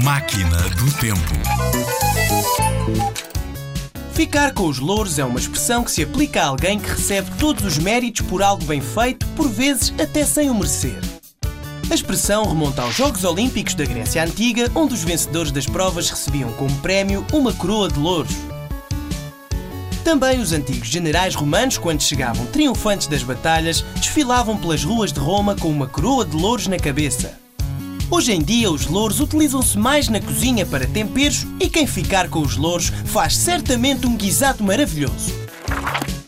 Máquina do Tempo. Ficar com os louros é uma expressão que se aplica a alguém que recebe todos os méritos por algo bem feito, por vezes até sem o merecer. A expressão remonta aos Jogos Olímpicos da Grécia Antiga, onde os vencedores das provas recebiam como prémio uma coroa de louros. Também os antigos generais romanos, quando chegavam triunfantes das batalhas, desfilavam pelas ruas de Roma com uma coroa de louros na cabeça. Hoje em dia, os louros utilizam-se mais na cozinha para temperos e quem ficar com os louros faz certamente um guisado maravilhoso.